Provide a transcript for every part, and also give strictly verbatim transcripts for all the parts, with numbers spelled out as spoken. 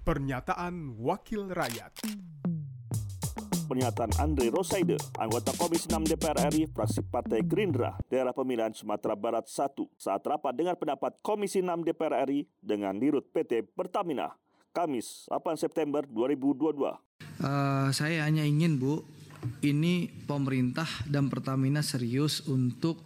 Pernyataan Wakil Rakyat. Pernyataan Andre Rosiade, anggota Komisi enam D P R R I, fraksi Partai Gerindra, daerah pemilihan Sumatera Barat satu, saat rapat dengar pendapat Komisi enam D P R R I dengan Dirut P T Pertamina, Kamis delapan September dua ribu dua puluh dua. Uh, saya hanya ingin, Bu, ini pemerintah dan Pertamina serius untuk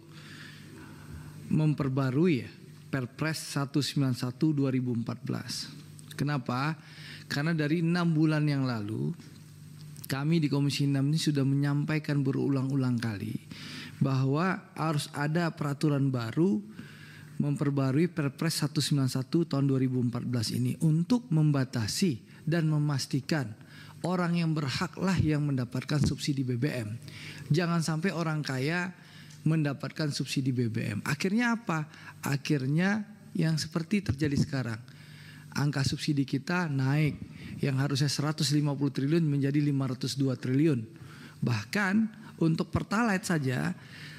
memperbarui ya, Perpres seratus sembilan puluh satu dua ribu empat belas. Kenapa? Karena dari enam bulan yang lalu kami di Komisi enam ini sudah menyampaikan berulang-ulang kali bahwa harus ada peraturan baru memperbarui Perpres seratus sembilan puluh satu tahun dua ribu empat belas ini untuk membatasi dan memastikan orang yang berhaklah yang mendapatkan subsidi B B M. Jangan sampai orang kaya mendapatkan subsidi B B M. Akhirnya apa? Akhirnya yang seperti terjadi sekarang. Angka subsidi kita naik, yang harusnya seratus lima puluh triliun menjadi lima ratus dua triliun. Bahkan untuk Pertalite saja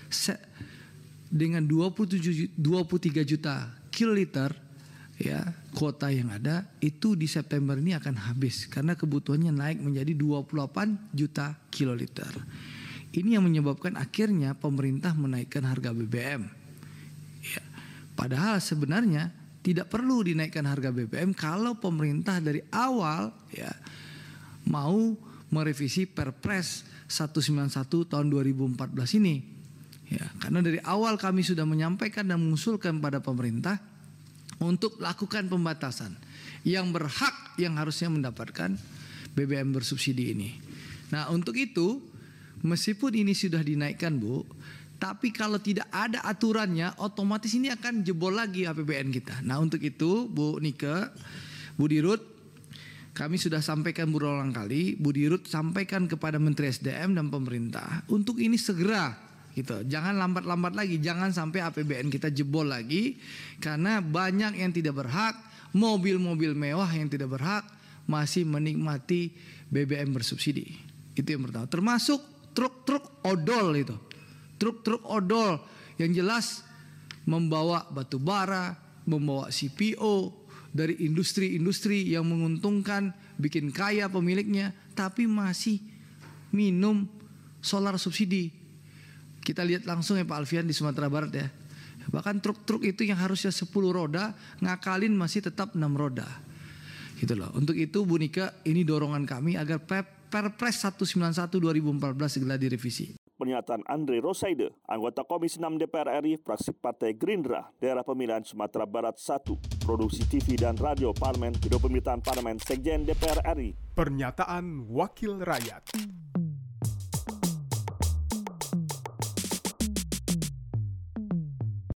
dengan dua puluh tujuh, dua puluh tiga juta kiloliter ya kuota yang ada itu di September ini akan habis karena kebutuhannya naik menjadi dua puluh delapan juta kiloliter. Ini yang menyebabkan akhirnya pemerintah menaikkan harga B B M. Ya, padahal sebenarnya tidak perlu dinaikkan harga B B M kalau pemerintah dari awal ya mau merevisi Perpres seratus sembilan puluh satu tahun dua ribu empat belas ini. Ya, karena dari awal kami sudah menyampaikan dan mengusulkan pada pemerintah untuk lakukan pembatasan yang berhak yang harusnya mendapatkan B B M bersubsidi ini. Nah, untuk itu meskipun ini sudah dinaikkan, Bu, tapi kalau tidak ada aturannya, otomatis ini akan jebol lagi A P B N kita. Nah, untuk itu, Bu Nike, Bu Dirut, kami sudah sampaikan berulang kali, Bu Dirut sampaikan kepada Menteri S D M dan pemerintah untuk ini segera, gitu. Jangan lambat-lambat lagi, jangan sampai A P B N kita jebol lagi, karena banyak yang tidak berhak, mobil-mobil mewah yang tidak berhak masih menikmati B B M bersubsidi. Itu yang pertama. Termasuk truk-truk odol itu. Truk-truk odol yang jelas membawa batu bara, membawa C P O dari industri-industri yang menguntungkan, bikin kaya pemiliknya, tapi masih minum solar subsidi. Kita lihat langsung ya Pak Alfian di Sumatera Barat ya. Bahkan truk-truk itu yang harusnya sepuluh roda, ngakalin masih tetap enam roda. Gitu loh. Untuk itu Bu Nika, ini dorongan kami agar Perpres seratus sembilan puluh satu dua ribu empat belas segera direvisi. Pernyataan Andre Rosiade, anggota Komisi enam D P R R I, fraksi Partai Gerindra, daerah pemilihan Sumatera Barat satu, produksi T V dan radio Parlemen, Biro Pemerintahan Parlemen, Sekjen D P R R I. Pernyataan Wakil Rakyat.